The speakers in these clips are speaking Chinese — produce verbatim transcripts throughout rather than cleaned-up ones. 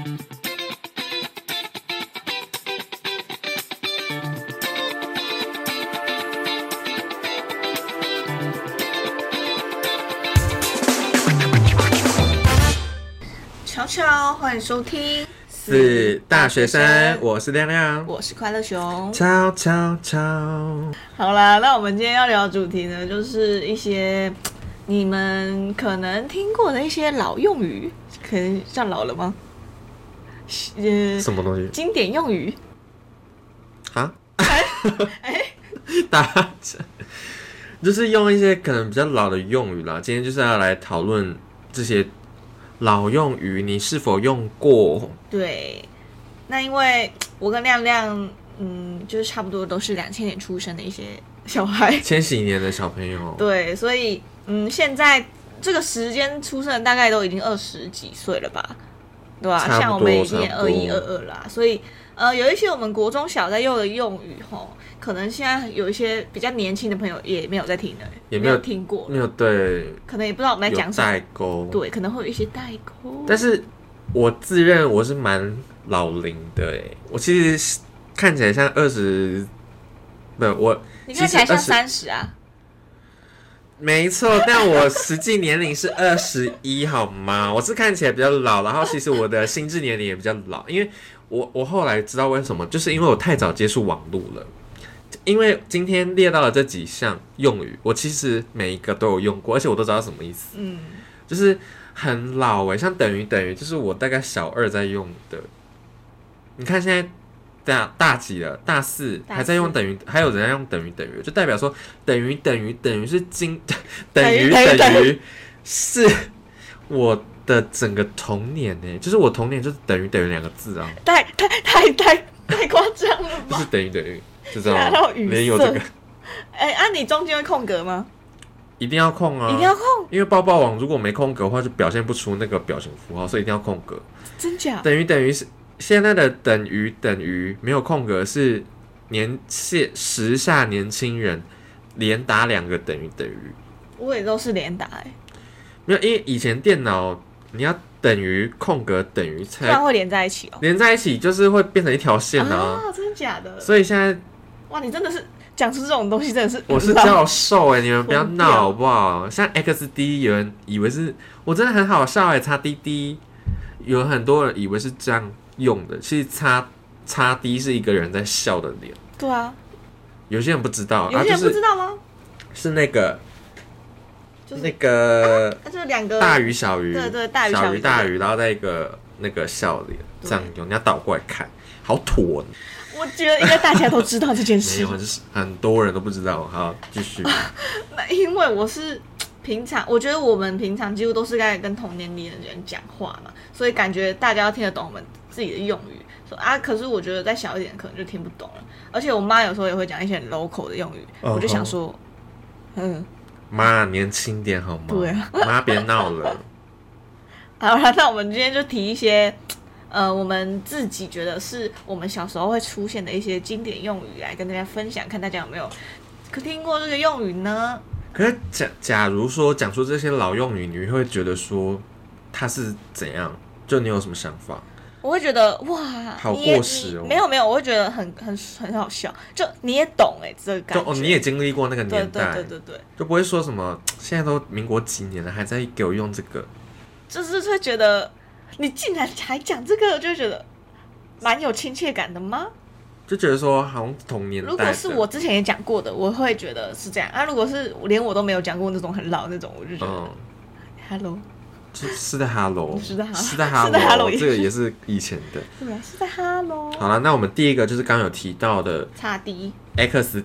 悄悄，欢迎收听是大学生，我是亮亮， 我是快乐熊。 悄悄悄。 好啦，那我们今天要聊的主题呢，就是一些你们可能听过的一些老用语，可能叫老了吗？呃， 什么东西？ 经典用语啊？ 哎哎， 大家就是用一些可能比较老的用语啦。今天就是要来讨论这些老用语，你是否用过？ 对，那因为我跟亮亮，嗯，就是差不多都是两千年出生的一些小孩， 千禧年的小朋友。 对，所以嗯，现在这个时间出生的大概都已经二十几岁了吧，对吧？像我们已经二一二二啦，所以呃，有一些我们国中小在用的用语吼，可能现在有一些比较年轻的朋友也没有在听的， 也没有听过， 没有对， 可能也不知道我们在讲什么， 代沟， 对，可能会有一些代沟。 但是我自认我是蛮老龄的诶，我其实看起来像二十，不，我你看起来像三十啊。 没错，但我实际年龄是二十一，好吗？我是看起来比较老，然后其实我的心智年龄也比较老，因为我我后来知道为什么，就是因为我太早接触网络了。因为今天列到了这几项用语，我其实每一个都有用过，而且我都知道什么意思。嗯，就是很老诶，像等于等于，就是我大概小二在用的。你看现在。大大几了？大四还在用等于，还有人在用等于等于，就代表说等于等于等于是经等于等于是我的整个童年呢，就是我童年就是等于等于两个字啊， 太太太太太夸张了吧？ 就是等于等于，就这样，没有这个。 哎、欸，啊，你中间会空格吗？ 一定要空啊， 一定要空， 因为抱抱网如果没空格的话，就表现不出那个表情符号，所以一定要空格。 真假？ 等于等于是。现在的等于等于没有空格是年时下年轻人连打两个等于等于， 我也都是连打哎、欸， 没有，因为以前电脑你要等于空格等于才， 这样会连在一起哦， 连在一起就是会变成一条线啊， 啊真的假的？ 所以现在哇，你真的是讲出这种东西真的是， 我是教授哎、欸，你们不要闹好不好？像 X D 有人以为是我真的很好笑哎、欸，叉 D D 有很多人以为是这样。用的其实叉叉 D 是一个人在笑的脸， 对啊， 有些人不知道， 有些人不知道吗？啊就是、 是那个，就是那个， 啊、就是两个大鱼小鱼， 对对，大鱼小鱼大鱼，然后再一个那个笑脸，这样用，你要倒过来看，好土哦。 我觉得应该大家都知道这件事， 没有，就是很多人都不知道。好，继续。 那因为我是。平常我觉得我们平常几乎都是在跟同年龄的人讲话嘛，所以感觉大家要听得懂我们自己的用语。说啊，可是我觉得再小一点可能就听不懂了。而且我妈有时候也会讲一些很 local 的用语， uh-huh. 我就想说，嗯， 妈年轻点好吗？ 对啊， 妈别闹了。 好了，那我们今天就提一些呃，我们自己觉得是我们小时候会出现的一些经典用语来跟大家分享，看大家有没有听过这个用语呢？ 可是假假如说讲出这些老用语，你会觉得说它是怎样？就你有什么想法？ 我会觉得哇， 好过时哦。 没有没有，我会觉得很很很好笑。就你也懂哎、欸，这个感觉。 就哦，你也经历过那个年代， 对对对对对， 就不会说什么现在都民国几年了，还在给我用这个， 就是会觉得你竟然还讲这个，就会觉得蛮有亲切感的吗？ 就觉得说好像同年代的。 如果是我之前也讲过的，我会觉得是这样啊。如果是连我都没有讲过那种很老那种，我就觉得、嗯、，Hello， 是在 Hello， 是在 Hello， 是在 Hello， 这个也是以前的。 对啊，是在 Hello。 好了，那我们第一个就是刚刚有提到的叉 D X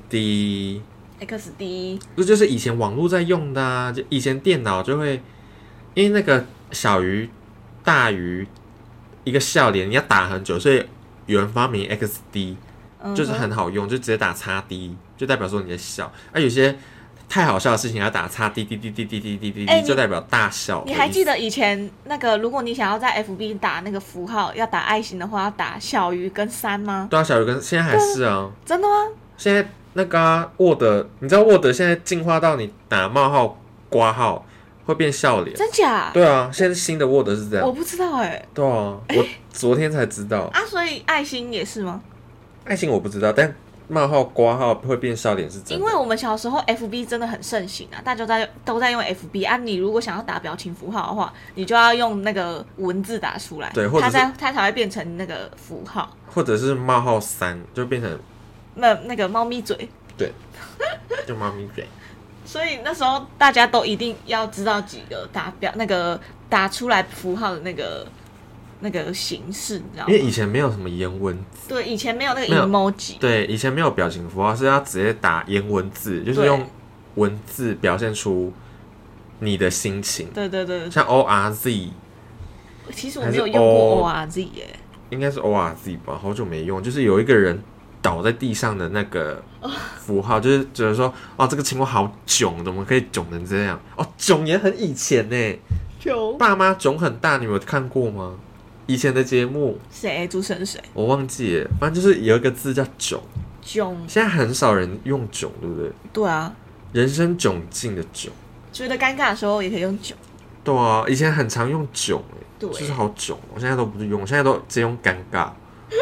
D X D， 这就是以前网络在用的啊。就以前电脑就会，因为那个小于大于一个笑脸，你要打很久，所以有人发明 X D。就是很好用，就直接打叉 D， 就代表说你在笑。啊，有些太好笑的事情要打叉 D D D D D D D D D， 就代表大笑。 你还记得以前那个，如果你想要在 F B 打那个符号，要打爱心的话，要打小于跟三吗？ 对啊，小于跟现在还是啊。 真的吗？ 现在那个、啊、Word， 你知道 Word 现在进化到你打冒号、括号会会变笑脸。 真假？ 对啊，现在新的 Word 是这样。 我不知道哎、欸。 对啊，我昨天才知道。 啊，所以爱心也是吗？ 爱心我不知道，但冒号挂号会变笑脸是真的。 因为我们小时候 F B 真的很盛行啊，大家都在都在用 F B 啊。你如果想要打表情符号的话，你就要用那个文字打出来， 对，或者它才它才会变成那个符号， 或者是冒号三就变成那那个猫咪嘴， 对，就猫咪嘴。 所以那时候大家都一定要知道几个打表那个打出来符号的那个。那个形式，你知道吗？ 因为以前没有什么颜文字， 对，以前没有那个 emoji， 对，以前没有表情符号，是要直接打颜文字，就是用文字表现出你的心情。 对对对， 像 O R Z， 其实我没有用过 O R Z 耶、欸， 应该是 O R Z 吧，好久没用。就是有一个人倒在地上的那个符号，就是觉得说，哦，这个情况好囧，怎么可以囧成这样？哦，囧也很以前呢， 囧， 爸妈囧很大，你有看过吗？以前的节目， 谁？主持人谁？ 我忘记了，反正就是有一个字叫囧。 囧， 现在很少人用囧，对不对？ 对啊， 人生窘境的囧， 觉得尴尬的时候也可以用囧。 对啊，以前很常用囧、欸， 对， 就是好囧。我现在都不用，我现在都直接用尴尬。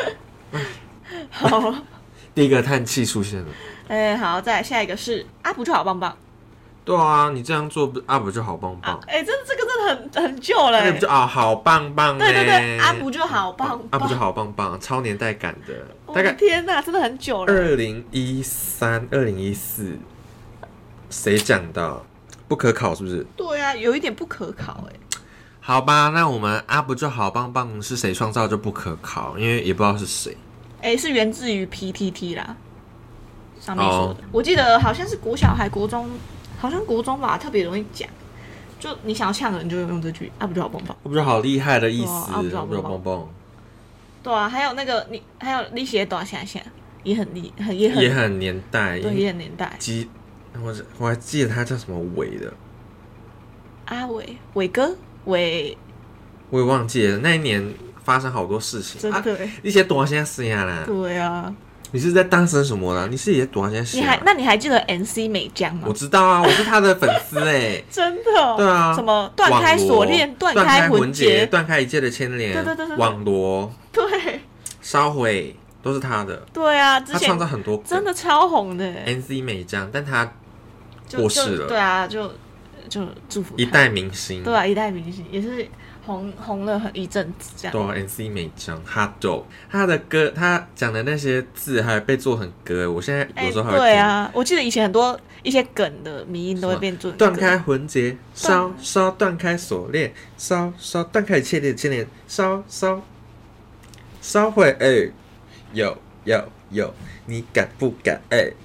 好， 第一个叹气出现了。 哎、欸，好，再来下一个是啊，不就好棒棒？ 对啊，你这样做不啊不就好棒棒？ 哎、啊欸，这这个真的很很旧了、欸， 那不就啊好棒棒、欸？ 对对对，啊不就好棒棒？ 啊不就好棒棒？超年代感的， 大概天哪，真的很久了。 二零一三、二零一四，谁讲的？不可考是不是？ 对啊，有一点不可考哎、欸。 好吧，那我们啊不就好棒棒是谁创造就不可考，因为也不知道是谁。 哎、欸，是源自于 P T T 啦，上面说的。Oh. 我记得好像是国小还国中。好像国中吧，特别容易讲，就你想要呛人，就用这句啊，不就好棒棒？ 不就好厉害的意思？ 啊，不就好棒棒？ 对啊，还有那个你，还有你写短下下也很厉，很也很也很年代， 对，也很年代。 记，我我还记得他叫什么伟的， 阿伟，伟哥，伟， 我也忘记了。那一年发生好多事情， 真的、欸啊， 一些多少现在啦？ 对啊。 你是在大声什么啦？你是也躲在现在？ 你还那你还记得 N C 美江吗？ 我知道啊，我是他的粉丝哎、欸， 真的、哦。 对啊， 什么断开锁链、断开魂结、 断开一切的牵连， 对对对对， 网罗， 对， 烧毁都是他的。 对啊，之前他创造很多， 真的超红的 N C 美江，但他过世了。 对啊，就就祝福一代明星。 对啊，一代明星也是。红红了很一阵子，这样。 对啊 ，N C 美江，哈豆，他的歌，他讲的那些字还被做成歌，我现在有时候还会、欸。 对啊，我记得以前很多一些梗的迷音都会变做断开魂结，烧烧断开锁链，烧烧断开一切的牵连，烧烧烧毁哎、欸，有有有，你敢不敢哎？欸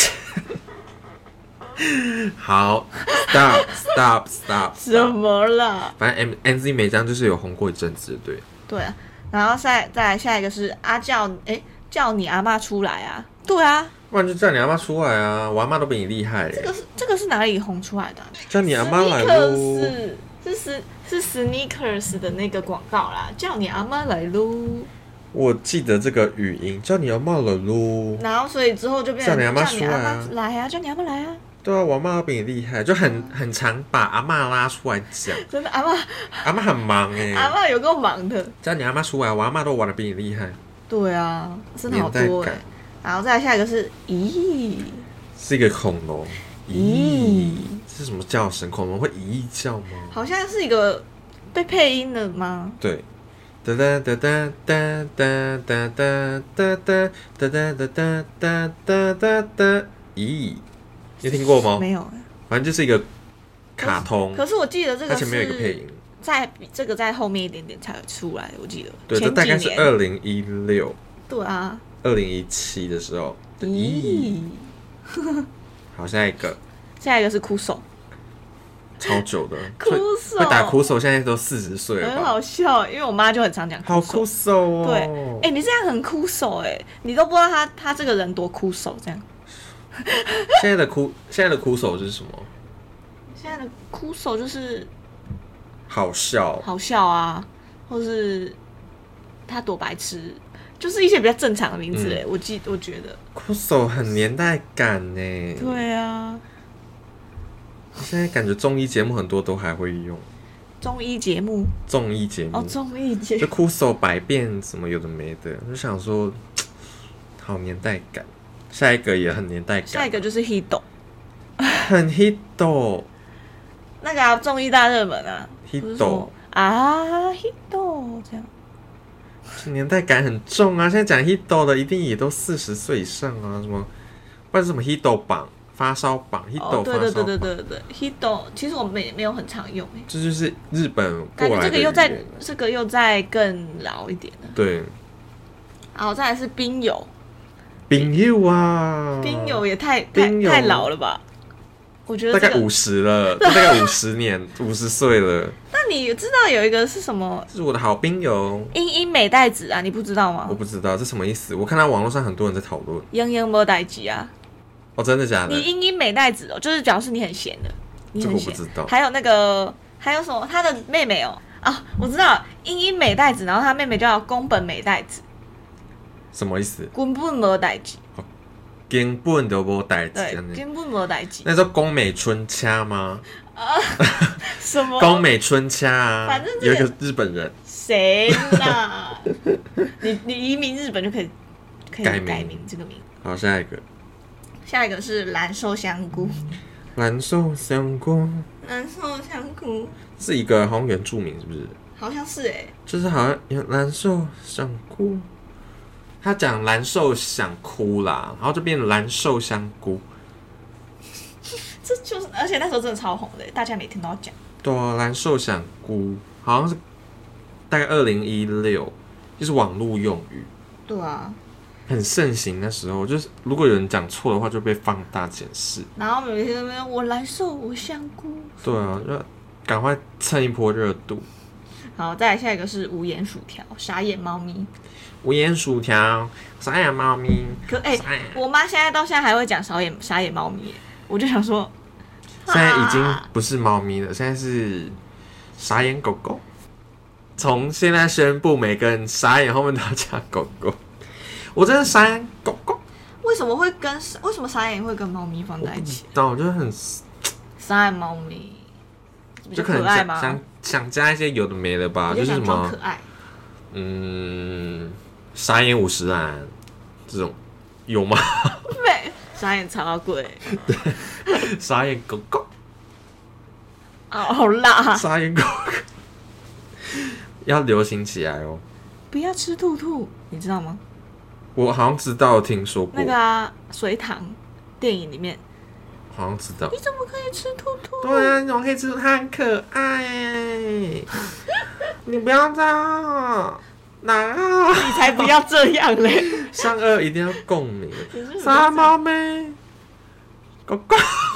好 ，stop stop stop， 怎么了？ 反正 N C 美江就是有红过一阵子，对。 对啊，然后再再来下一个是阿叫，哎、欸，叫你阿嬷出来啊！对啊， 不然就叫你阿嬷出来啊！我阿嬷都比你厉害、欸。 这个是这个是哪里红出来的、啊？ 叫你阿嬷来喽！ 是是是 Sneakers 的那个广告啦，叫你阿嬷来喽！ 我记得这个语音，叫你阿嬷来喽。 然后所以之后就变成叫你阿嬷出来啊，来啊，叫你阿嬷来啊！ 对啊，我阿嬷比你厉害，就很很常把阿嬷拉出来讲。 真的，阿嬷阿嬷很忙哎、欸， 阿嬷有够忙的。 叫你阿嬷出来，我阿嬷都玩的比你厉害。 对啊，真的好多哎、欸。然后再来下一个是，咦， 是一个恐龙。咦，是什么叫声？恐龙会咦叫吗？ 好像是一个被配音的吗？ 对。哒哒哒哒哒哒哒哒哒哒哒哒哒哒哒哒哒。咦？你听过吗？ 没有， 反正就是一个卡通。 可是我记得这个是它前面有一个配音， 在这个在后面一点点才出来，我记得。 对，这大概是二零一六。 对啊。 二零一七的时候。咦。好，下一个。 下一个是哭手。 超久的。 哭手。 会打哭手，现在都四十岁了吧。 很好笑，因为我妈就很常讲哭手。 好哭手哦。 对，哎、欸，你这样很哭手哎、欸，你都不知道他他这个人多哭手这样。 现在的哭，现在的哭手是什么？ 现在的哭手就是好笑， 好笑啊，或是他多白痴，就是一些比较正常的名字哎、欸嗯。我记，我觉得哭手很年代感呢。 对啊， 现在感觉综艺节目很多都还会用综艺节目， 综艺节目哦，综艺节目就酷手百变什么有的没的，就想说好年代感。下一个也很年代感， 下一个就是 Hito， 很 Hito， 那个啊综艺大热门啊 Hito 啊 Hito 这样。 年代感很重啊！现在讲 Hito 的一定也都四十岁以上啊，什么不然什么 Hito 榜、发烧榜、Hito 哦，对对对对发烧榜， 对对 Hito 其实我们也没有很常用诶， 这就是日本过感觉来的语这个又在言这个又在更老一点了。 对， 好，再来是冰友， 冰友啊， 冰友也太太冰友太老了吧？我觉得这个大概五十了，大概五十年，五十岁了。 那你知道有一个是什么这是我的好冰友， 英英美代子啊？你不知道吗我？不知道这什么意思。我看到网络上很多人在讨论。 英英没代子啊， 哦，真的假的？ 你英英美代子哦，就是表示你很闲的，你很闲这个我不知道。 还有那个还有什么？他的妹妹哦啊，我知道英英美代子，然后他妹妹叫宫本美代子， 什么意思？ 根本没代子， 根本都无代志。 对，根本没代子。 那叫宫美春掐吗？ 什么？ 宫美春掐啊， 反正这个有一个日本人谁啦？你你移民日本就可以可以改名改名这个名。 好，下一个下一个是蓝瘦香菇， 蓝瘦香菇蓝瘦香菇是一个好像原住民是不是？ 好像是哎、 就是好像有蓝瘦想哭，他讲蓝瘦想哭啦，然后就变成蓝瘦香菇。 这就是，而且那时候真的超红的，大家每天都要讲。 对啊，蓝瘦想菇好像是大概二零一六，就是网络用语对啊， 很盛行。那时候就是如果有人讲错的话，就被放大检视。 然后每天都在那边我蓝瘦我香菇。 对啊，就赶快蹭一波热度。 好，再来下一个是无眼薯条，傻眼猫咪。 无眼薯条，傻眼猫咪。 可哎、 傻眼我妈现在到现在还会讲傻眼傻眼猫咪，我就想说， 现在已经啊不是猫咪了，现在是傻眼狗狗。从现在宣布，每个人傻眼后面都要加狗狗。我真的傻眼狗狗， 为什么会跟为什么傻眼会跟猫咪放在一起？ 但我觉得很傻眼猫咪比较就可能可爱吗？ 想想想加一些有的没的吧， 我就是什想装么可爱。 嗯，傻眼五十岚这种有吗？ 对，傻眼超贵。 傻眼狗狗， 啊，好辣！ 傻眼狗狗要流行起来哦。 不要吃兔兔，你知道吗？ 我好像知道，听说过， 那个啊，隋唐电影里面， 好像知道你。怎么可以吃兔兔？ 对啊，你怎么可以吃？它很可爱耶！你不要这样，哪啊？ 你才不要这样嘞！ 上颚一定要共鸣。 你是不是傻猫妹，狗狗。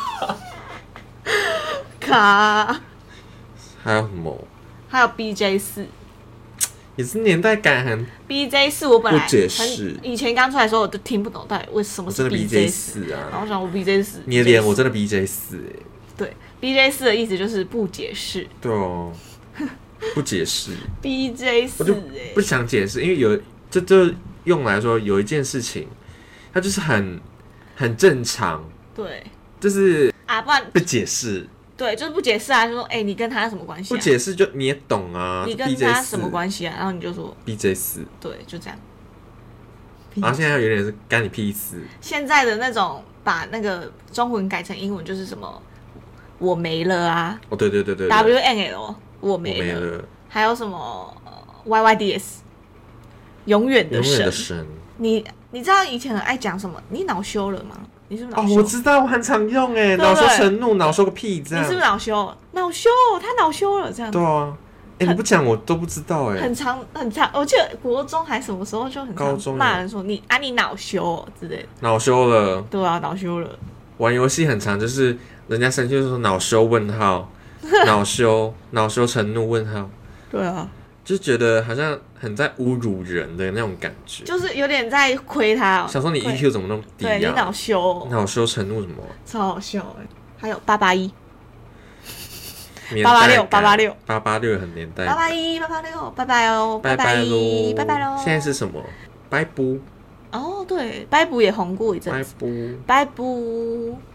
卡， 还有什么？ 还有 B J 四也是年代感很， ，B J 四我本来不解释很以前刚出来的时候我都听不懂到底为什么是我真的 B B J J 四， 四啊！ 然后我想我 B J 四， 你的脸我真的 B J 四哎。 对 B J 四的意思就是不解释对哦，不解释， ，B J 四我就哎不，想解释，因为有这就用来说有一件事情，它就是很很正常， 对就是啊，不然不解释， 对就是不解释啊，就说哎、你跟他什么关系、啊？ 不解释就你也懂啊。 你跟 B J 四他什么关系啊？然后你就说 B J 四， 对，就这样。 然后现在有点是干你屁事。 现在的那种把那个中文改成英文就是什么我没了啊哦，对对对对对 ，W N L 我我没了， 没了， 还有什么、呃 Y Y D S 永远的永远神。 的神。 你你知道以前很爱讲什么？你恼羞了吗？你是不是哦恼，羞？ 我知道，我很常用哎， 对不恼羞对成怒，恼羞个屁这样。 你是不是恼羞？恼羞，他恼羞了这样子对。啊，哎，你不讲我都不知道哎。 很长很长，我记得国中还什么时候就很常高中骂人说你啊你恼羞、哦、之类的。 恼羞了， 对啊，恼羞了。 玩游戏很常，就是人家生气就说恼羞问号，恼羞恼羞成怒问号， 对啊， 就觉得好像很在侮辱人的那种感觉。 就是有点在亏他、哦。 想说你 E Q 怎么那么低对你恼啊？ 羞、哦， 恼羞成怒什么？ 超好笑哎。还有八八一， 年代八八六感八八六八八六很年代八感。 八一八八六，拜拜哦， 拜拜喽， 拜拜喽。 现在是什么？拜布， 哦，对，拜布也红过一阵子。 拜布， 拜布，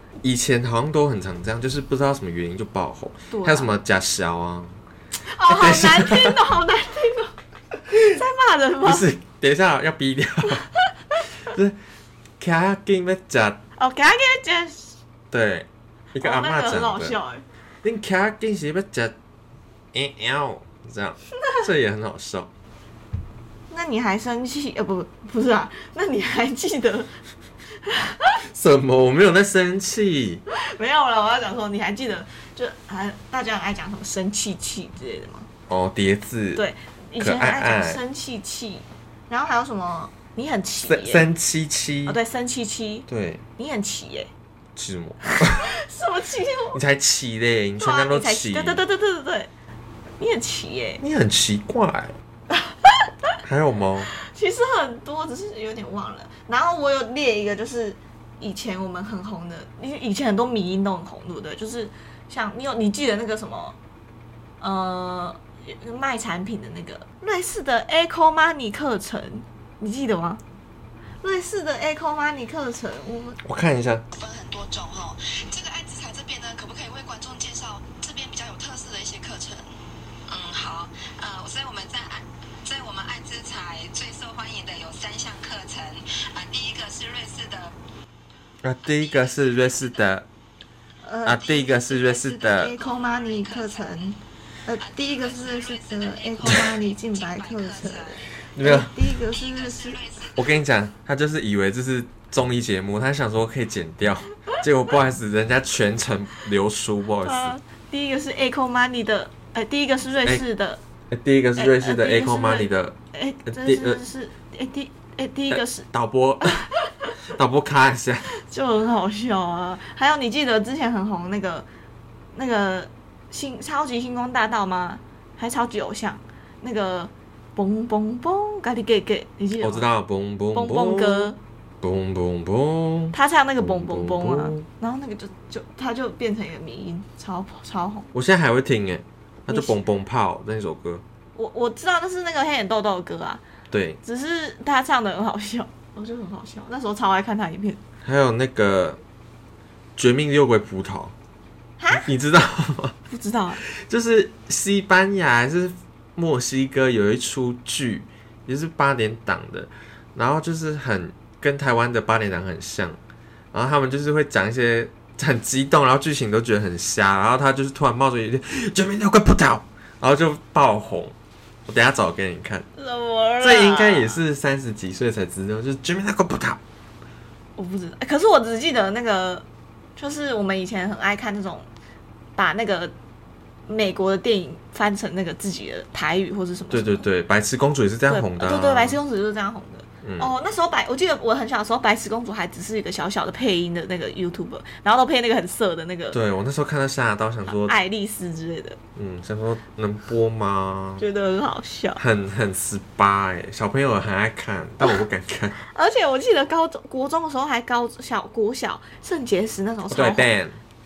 以前好像都很常这样，就是不知道什么原因就爆红。 对啊、 还有什么假小啊？ 哦，好难听哦，好难听哦！在骂人吗？ 不是，等一下要逼掉。就是卡紧要食， 哦，给他给他讲， 对，一个阿嬷哦、那个很好讲的。 笑哎。 你卡紧是要食，哎呦，这样，这也很好笑。 那你还生气？呃，不，不是啊，那你还记得？ 什么？我没有在生气。 没有了，我要讲说，你还记得？就还大家很爱讲什么生气气之类的吗？ 哦，叠字。 对，以前很爱讲生气气，然后还有什么？你很气耶。 生七七。 哦，对，生气气。 对。 你很气耶。 气什么？ 什么气？ 你才气嘞！你全家都气。 对对对对对对对，你很气耶。 你很奇怪。还有吗？ 其实很多，只是有点忘了。然后我有列一个，就是以前我们很红的，因为以前很多迷因都很红，对不对？就是像你有你记得那个什么，呃，卖产品的那个瑞士的 Eco Money 课程，你记得吗？瑞士的 Eco Money 课程，我们我看一下， 分很多种哈。这个爱之彩这边呢，可不可以为观众介绍这边比较有特色的一些课程？嗯，好，呃，所以我们在爱，在我们爱之彩最受欢迎的有三项课程啊、呃，第一个是瑞士的， 啊，第一个是瑞士的，呃、啊，第一个是瑞士的 Eco Money 课程，呃，第一个是瑞士的 Eco Money 净白课程， 没有， 第一个是瑞士。 我跟你讲，他就是以为这是综艺节目，他想说可以剪掉，结果不好意思，人家全程流出，不好意思。 呃、第一个是 Eco Money 的，哎、欸，第一个是瑞士的， 哎、欸，第一个是瑞士的 Eco Money 的， 哎、欸，第是是，哎、欸、第哎、欸、第一个是、欸、 导播，导播卡一下， 就很好笑啊。还有你记得之前很红那个那个星超级星光大道吗？还超级偶像那个。嘣嘣嘣，咖喱给给，你记得吗？ 我知道，嘣嘣嘣嘣歌， 嘣嘣嘣， 他唱那个嘣嘣嘣啊，然后那个就就他就变成一个迷音，超超红。 我现在还会听诶，他就嘣嘣炮那首歌。 我我知道那是那个黑眼豆豆的歌啊， 对， 只是他唱的很好笑，我觉得很好笑，那时候超爱看他影片。 还有那个《绝命六鬼葡萄》，你知道吗？ 不知道、啊， 就是西班牙还是？墨西哥有一出剧，也是八点档的，然后就是很跟台湾的八点档很像，然后他们就是会讲一些很激动，然后剧情都觉得很瞎，然后他就是突然冒出一句“绝命六个葡萄”，然后就爆红。我等一下找给你看。 怎么了？ 这应该也是三十几岁才知道，就是“绝命六个葡萄”。 我不知道，可是我只记得那个，就是我们以前很爱看那种把那个。美国的电影翻成那个自己的台语或是什么？ 对对对，白痴公主也是这样红的、啊。 对对，白痴公主就是这样红的。 嗯、 哦，那时候白，我记得我很小的时候，白痴公主还只是一个小小的配音的那个 YouTuber， 然后都配那个很色的那个。 对，我那时候看到吓到，想说爱丽丝之类的。 嗯，想说能播吗？ 觉得很好笑， 很很十八哎，小朋友很爱看，但我不敢看。 而且我记得高中、国中的时候还高小国小肾结石那种超红。 对 ，ban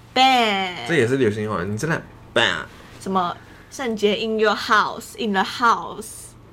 ban， 这也是流行话，你真的 ban 什么？圣洁 in your house, in the house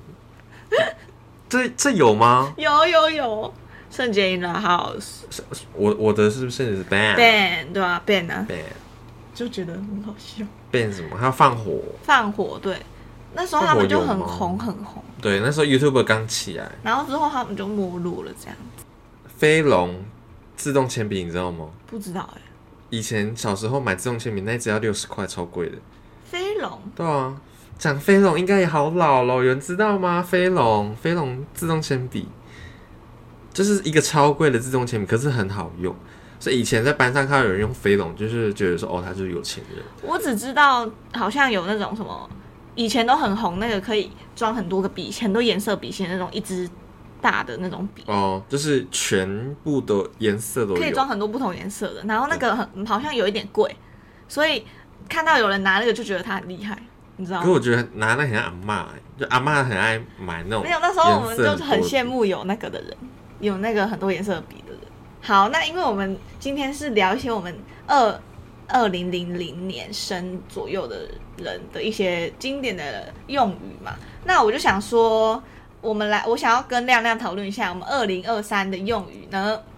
这这有吗？ 有有有，圣洁 in the house。 我我的是不是是 ban ban 对吧 ban 啊 ban 就觉得很好笑。 ban 什么？还要放火？ 放火对，那时候他们就很红很红。 对，那时候 YouTube 刚起来， 然后之后他们就没落了这样子。 飞龙自动铅笔你知道吗？ 不知道哎、欸。 以前小时候买自动铅笔那一支要六十块，超贵的。 飞龙， 对啊，讲飞龙应该也好老咯，有人知道吗？飞龙，飞龙自动铅笔，就是一个超贵的自动铅笔，可是很好用。所以以前在班上看到有人用飞龙，就是觉得说哦，他就是有钱人。 我只知道好像有那种什么，以前都很红，那个可以装很多个笔，很多颜色笔芯那种一支大的那种笔。 哦，就是全部的颜色都有， 可以装很多不同颜色的。然后那个很好像有一点贵，所以。看到有人拿那个就觉得他很厉害，你知道吗？ 可是我觉得拿那个很像阿嬷、欸，就阿嬷很爱买那种。 没有，那时候我们就很羡慕有那个的人，有那个很多颜色的笔的人。好，那因为我们今天是聊一些我们二二零零零年生左右的人的一些经典的用语嘛，那我就想说，我们来，我想要跟亮亮讨论一下，我们二零二三的用语呢，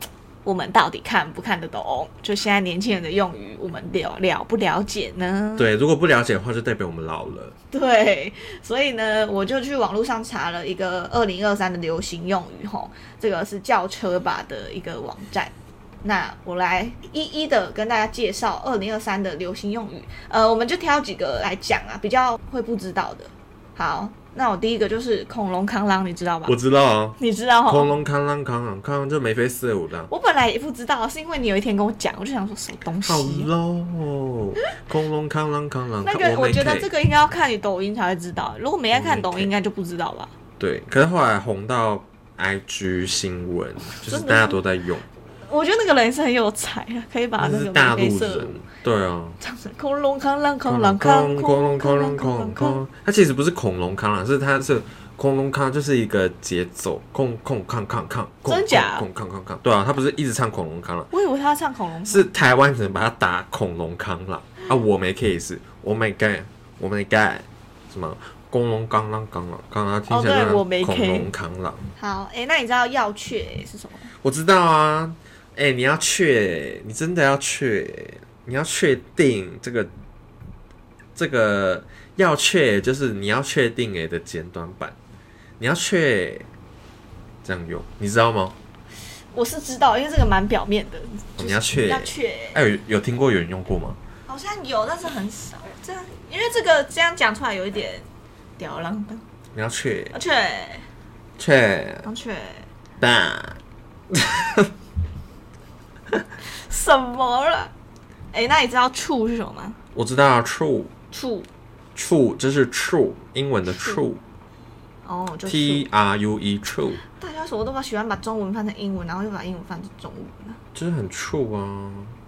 我们到底看不看得懂？就现在年轻人的用语，我们了了不了解呢？ 对，如果不了解的话，就代表我们老了。 对，所以呢，我就去网络上查了一个二零二三的流行用语，吼，这个是叫车吧的一个网站。那我来一一的跟大家介绍二零二三的流行用语，呃，我们就挑几个来讲啊，比较会不知道的。好，那我第一个就是恐龙扛狼，你知道吧？ 我知道啊， 你知道哈？ 恐龙扛狼扛狼扛狼就眉飞色舞的。 我本来也不知道，是因为你有一天跟我讲，我就想说什么东西、啊？ 好 low 哦！恐龙扛狼扛狼。 那个我觉得这个应该要看你抖音才会知道，如果没在看抖音，应该就不知道吧？ 对，可是后来红到 I G 新闻，就是大家都在用。 我觉得那个人是很有才啊，可以把那个大陆眉飞色舞人，对啊， 唱成恐龙扛狼恐龙扛恐龙恐龙恐龙恐，它其实不是恐龙扛狼，是它是恐龙扛，就是一个节奏，恐恐扛扛扛， 真假？ 恐扛扛扛，对啊，他不是一直唱恐龙扛狼， 我以为他唱恐龙， 是台湾人把它打恐龙扛狼啊，我没 case， 我没干，我没干，什么？恐龙扛狼扛狼扛狼，听起来像恐龙扛狼。 好，哎、欸，那你知道要雀是什么？ 我知道啊。哎、欸，你要确，你真的要确，你要确定这个这个要确，就是你要确定哎的简短版，你要确这样用，你知道吗？ 我是知道，因为这个蛮表面的。就是、 你要确， 要确。 哎、欸，有有听过有人用过吗？ 好像有，但是很少。这样，因为这个这样讲出来有一点吊儿郎当。 你要确， 要确， 确， 要确， 大。 什么了？哎、欸，那你知道 true 是什么吗？ 我知道 true，true， true， 这是 true， 英文的 true。 哦，就 T R U E true。 大家什么都把喜欢把中文翻成英文，然后又把英文翻成中文呢？ 就是很 true 啊。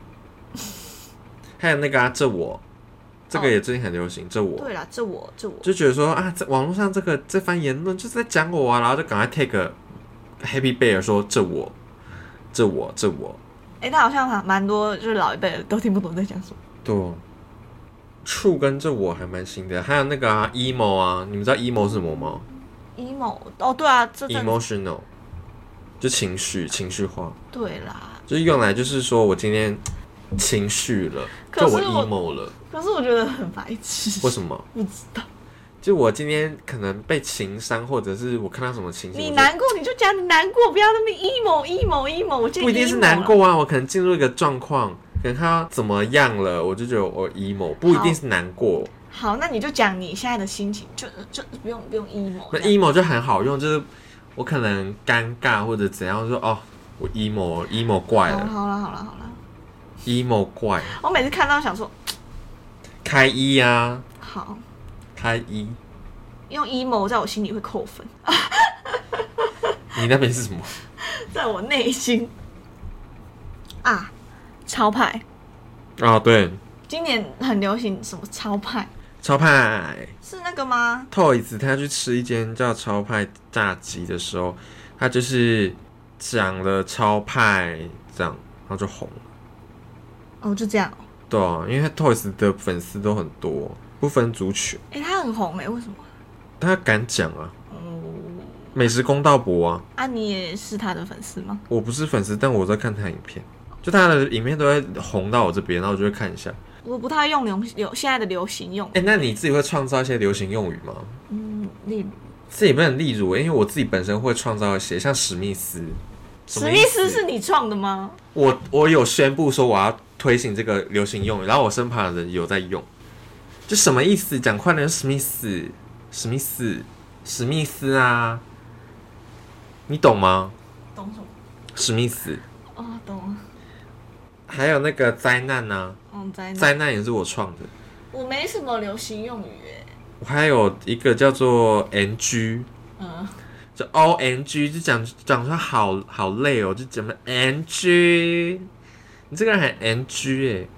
还有那个啊，这我，这个也最近很流行，哦、这我。 对啦，这我，这我。 就觉得说啊，在网络上这个这番言论就是在讲我啊，然后就赶快 take Happy Bear 说这我，这我，这我。 哎、欸，他好像蛮多，就是老一辈的都听不懂在讲什么。 对、哦、，true 跟这我还蛮新的，还有那个啊 emo 啊，你们知道 emo 是什么吗 ？emo 哦，对啊，这 emotional 就情绪情绪化。 对啦， 就是用来就是说我今天情绪了，就我 emo 了。 可是我觉得很白痴。 为什么？ 不知道。 就我今天可能被情伤，或者是我看到什么情绪， 你难过你就讲你难过，不要那么 emo emo emo。我不一定是难过啊，我可能进入一个状况，可能看到怎么样了，我就觉得我 emo， 不一定是难过。 好，好那你就讲你现在的心情，就就不用不用 emo。 那 emo 就很好用，就是我可能尴尬或者怎样，我说哦，我 emo emo 怪了。 好了好了好了 ，emo 怪。 我每次看到想说， 开一啊。 好。 开一， 用 emo 在我心里会扣分。 你那边是什么？ 在我内心啊，超派。 哦，对， 今年很流行什么超派？ 超派是那个吗 ？Toys 他去吃一间叫超派炸鸡的时候，他就是讲了超派这样，然后就红了。 哦，就这样。 对啊，因为 Toys 的粉丝都很多。不分族群， 哎、欸，他很红哎、欸，为什么？ 他敢讲啊！ 哦， 美食公道博啊！ 啊，你也是他的粉丝吗？ 我不是粉丝，但我在看他影片，就他的影片都会红到我这边，然后我就会看一下。 我不太用流流现在的流行用。 哎、欸，那你自己会创造一些流行用语吗？ 嗯，例如自己不能例如，因为我自己本身会创造一些，像史密斯。 史密斯是你创的吗？ 我我有宣布说我要推行这个流行用语，然后我身旁的人有在用。就什么意思？讲快点，史密斯，史密斯，史密斯啊，你懂吗？ 懂什么？ 史密斯。 哦，懂了。 还有那个灾难啊， 嗯，灾难。 灾难也是我创的。 我没什么流行用语诶。 我还有一个叫做 N G， 嗯，就 O N G， 就讲讲出来好好累哦，就讲了 N G， 你这个人很 N G 哎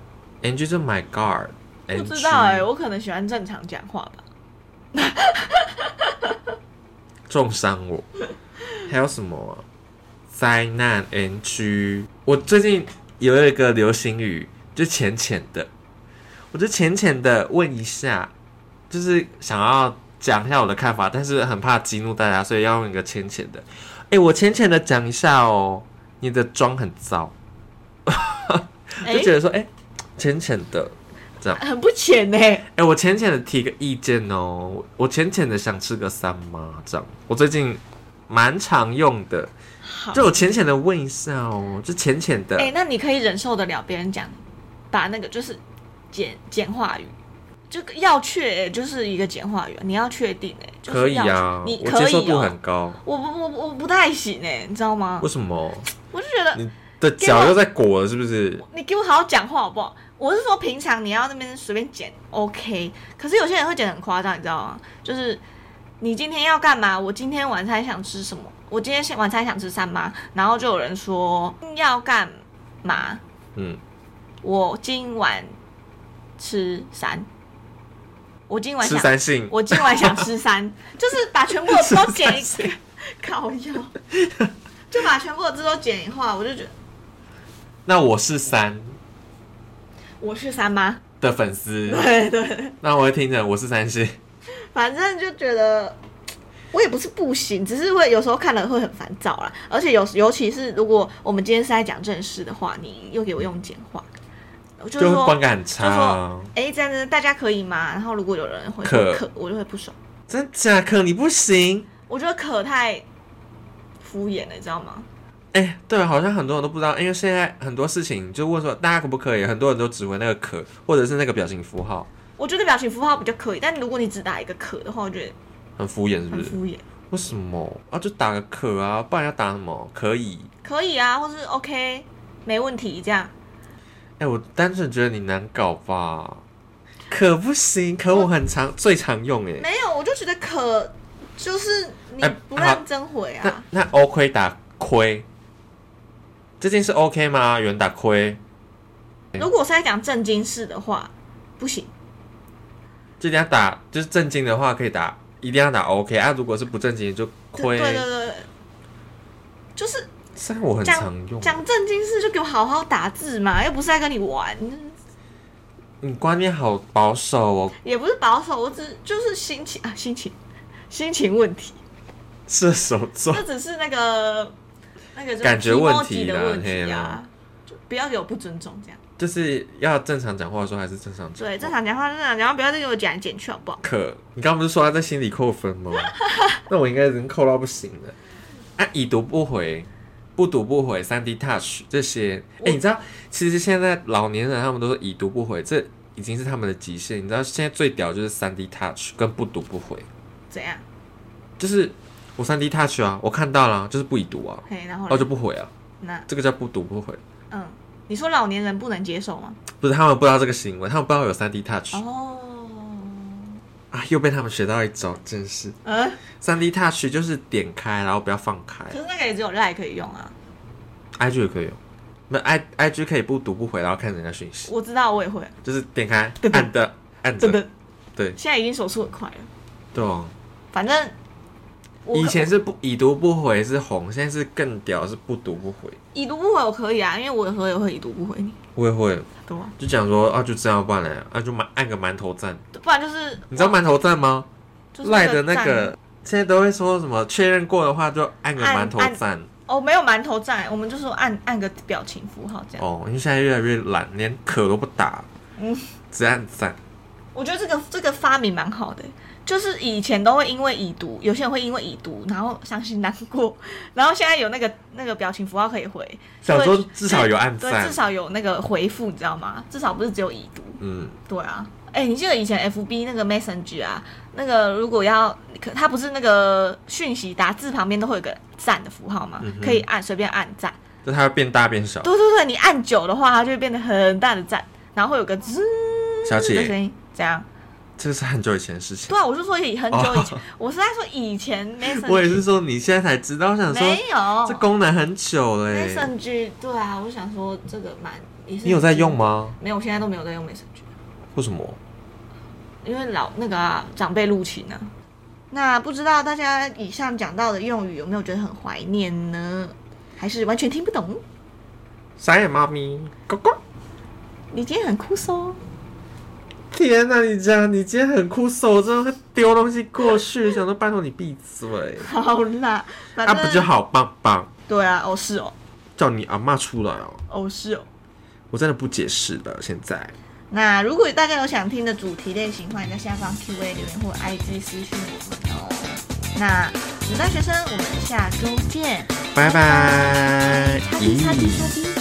，N G 就 My God。 不知道哎、欸，我可能喜欢正常讲话吧。 重伤我。还有什么、啊？灾难 N G。我最近有一个流行语，就浅浅的，我就浅浅的问一下，就是想要讲一下我的看法，但是很怕激怒大家，所以要用一个浅浅的。哎、欸，我浅浅的讲一下哦， 你的妆很糟， 欸、 就觉得说，哎、欸，浅浅的这样， 很不浅呢、欸。 哎、欸，我浅浅的提个意见哦，我浅浅的想吃个三妈这样，我最近蛮常用的，就我浅浅的问一下哦，就浅浅的。 哎、欸，那你可以忍受得了别人讲，把那个就是简简化语。就要确、欸，就是一个简化语，你要确定哎、欸就是， 可以啊， 你可以、喔、 我接受度很高。 我不我我不太行哎、欸，你知道吗？ 为什么？ 我就觉得你的脚又在裹了，是不是？ 你给我好好讲话好不好？我是说平常你要那边随便剪 OK， 可是有些人会剪得很夸张，你知道吗？就是你今天要干嘛？我今天晚餐想吃什么？我今天晚餐想吃三妈，然后就有人说要干嘛？嗯，我今晚吃三。我今晚想吃三性， 我今晚想吃三，就是把全部的字都剪一个，靠腰，就把全部的字都剪一化，我就觉得， 那我是三， 我是三妈的粉丝， 对对， 那我会听着我是三性， 反正就觉得我也不是不行，只是会有时候看了会很烦躁啦，而且有尤其是如果我们今天是在讲正事的话，你又给我用简化。就, 是就观感很差、啊。 就说，哎、欸，这样子大家可以吗？然后如果有人会说可，我就会不爽。 真假可你不行？ 我觉得可太敷衍了，你知道吗？ 哎、欸，对，好像很多人都不知道，因为现在很多事情就问说大家可不可以，很多人都只回那个可，或者是那个表情符号。 我觉得表情符号比较可以，但如果你只打一个可的话，我觉得很敷衍，是不是？ 很敷衍。 为什么啊？就打个可啊，不然要打什么？可以？ 可以啊，或是 OK， 没问题这样。 哎、欸，我单纯觉得你难搞吧？可不行，可我很常最常用哎、欸。 没有，我就觉得可就是你不认真回啊。 欸、那那 OK 打亏，这件事 OK 吗？有人打亏。 如果是在讲正经事的话，不行。 就一定要打，就是正经的话可以打，一定要打 OK 啊。如果是不正经就亏。 对对对，就是。 这我很常用。 讲正经事就给我好好打字嘛，又不是在跟你玩。 你观念好保守哦。 也不是保守，我只就是心情啊，心情，心情问题。 射手座。 这只是那个那个感觉问题的问题啊，就不要给我不尊重这样。 就是要正常讲话的时候还是正常讲话。 对，正常讲话，正常讲话，不要再给我剪来剪去好不好？ 可，你刚刚不是说他在心里扣分吗？那我应该已经扣到不行了。啊，已读不回。不读不回 三 D Touch 这些，哎、欸，你知道，其实现在老年人他们都说已读不回，这已经是他们的极限。你知道，现在最屌就是 三 D Touch 跟不读不回。 怎样？ 就是我 三 D Touch 啊，我看到了，就是不已读啊， 然后然后就不回啊。 那这个叫不读不回。 嗯，你说老年人不能接受吗？ 不是，他们不知道这个行为，他们不知道有 三 D Touch。 哦。 啊，又被他们学到一招，真是。嗯。三 D Touch 就是点开，然后不要放开。 可是那个也只有 Line 可以用啊。 I G 也可以用，那 I I G 可以不读不回，然后看人家讯息。 我知道，我也会。 就是点开，按的，按着。对。 现在已经手速很快了。 对哦。 反正。 以前是不已读不回是红，现在是更屌是不读不回。 已读不回我可以啊，因为我有时候也会已读不回你。 我也会。 对啊。 就讲说啊，就这样办了，啊就按个馒头赞。 不然就是。 你知道馒头赞吗？ 就是赖的那个，现在都会说什么确认过的话就按个馒头赞。 哦，没有馒头赞，我们就说按按个表情符号这样。 哦，因为现在越来越懒，连可都不打，嗯，只按赞。 我觉得这个这个发明蛮好的，就是以前都会因为已读，有些人会因为已读然后伤心难过，然后现在有那个那个表情符号可以回， 想说至少有按赞， 对，至少有那个回复，你知道吗？至少不是只有已读。嗯，对啊。哎、欸，你记得以前 F B 那个 Messenger 啊，那个如果要，它不是那个讯息打字旁边都会有个赞的符号吗？嗯、可以按随便按赞， 就它会变大变小。 对对对，你按久的话，它就会变得很大的赞，然后会有个滋小姐的声音，这样。 这是很久以前的事情。 对啊，我是说很久以前，哦、我是在说以前 Messenger。 我也是说你现在才知道，我想说没有这功能很久了。 Messenger 对啊，我想说这个蛮， 你有在用吗？ 没有，我现在都没有在用 Messenger。 为什么？ 因为老那个、啊、长辈入侵啊。那不知道大家以上讲到的用语有没有觉得很怀念呢？还是完全听不懂？ 傻眼妈咪，呱呱！ 你今天很酷搜。 天哪、啊，你这样，你今天很酷搜，真的会丢东西过去，想说拜托你闭嘴。 好啦， 啊不就好棒棒？ 对啊，哦是哦。 叫你阿嬷出来哦。 哦，是哦。 我真的不解释了，现在。 那如果大家有想听的主题类型，欢迎在下方 Q A 留言或 I G 私讯我们哦。那子大学生，我们下周见， 拜拜。 下期下期下期。